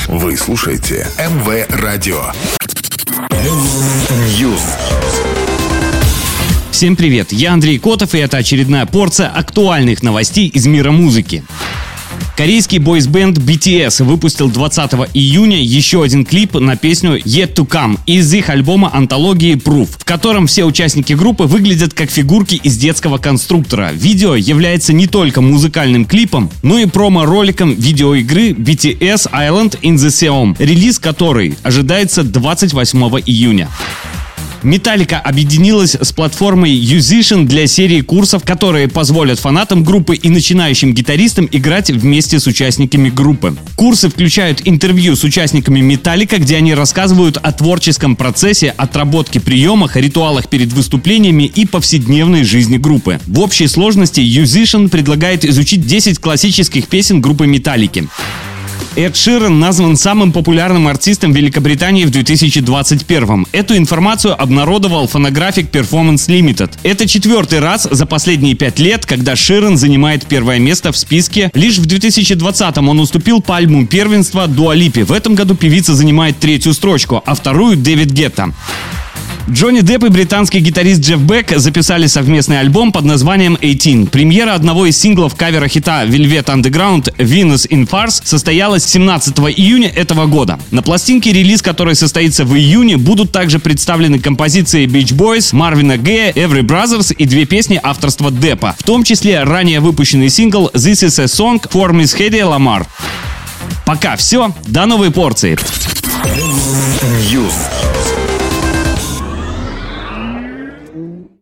Вы слушаете МВ Радио. News. Всем привет, я Андрей Котов, и это очередная порция актуальных новостей из мира музыки. Корейский бойсбенд BTS выпустил 20 июня еще один клип на песню Yet to Come из их альбома антологии Proof, в котором все участники группы выглядят как фигурки из детского конструктора. Видео является не только музыкальным клипом, но и промо-роликом видеоигры BTS Island in the Seom, релиз которой ожидается 28 июня. Metallica объединилась с платформой Musician для серии курсов, которые позволят фанатам группы и начинающим гитаристам играть вместе с участниками группы. Курсы включают интервью с участниками Metallica, где они рассказывают о творческом процессе, отработке приемах, ритуалах перед выступлениями и повседневной жизни группы. В общей сложности Musician предлагает изучить 10 классических песен группы Metallica. Эд Ширан назван самым популярным артистом Великобритании в 2021-м. Эту информацию обнародовал Phonographic Performance Limited. Это 4-й раз за последние 5 лет, когда Ширан занимает первое место в списке. Лишь в 2020-м он уступил пальму первенства Дуа Липе. В этом году певица занимает 3-ю строчку, а 2-ю Дэвид Гетта. Джонни Депп и британский гитарист Джефф Бек записали совместный альбом под названием 18. Премьера одного из синглов кавера хита Velvet Underground «Venus in Farce» состоялась 17 июня этого года. На пластинке, релиз которой состоится в июне, будут также представлены композиции Beach Boys, Марвина Гея, Everly Brothers и 2 песни авторства Деппа, в том числе ранее выпущенный сингл «This is a Song for Miss Hedy Lamar». Пока все, до новой порции. News.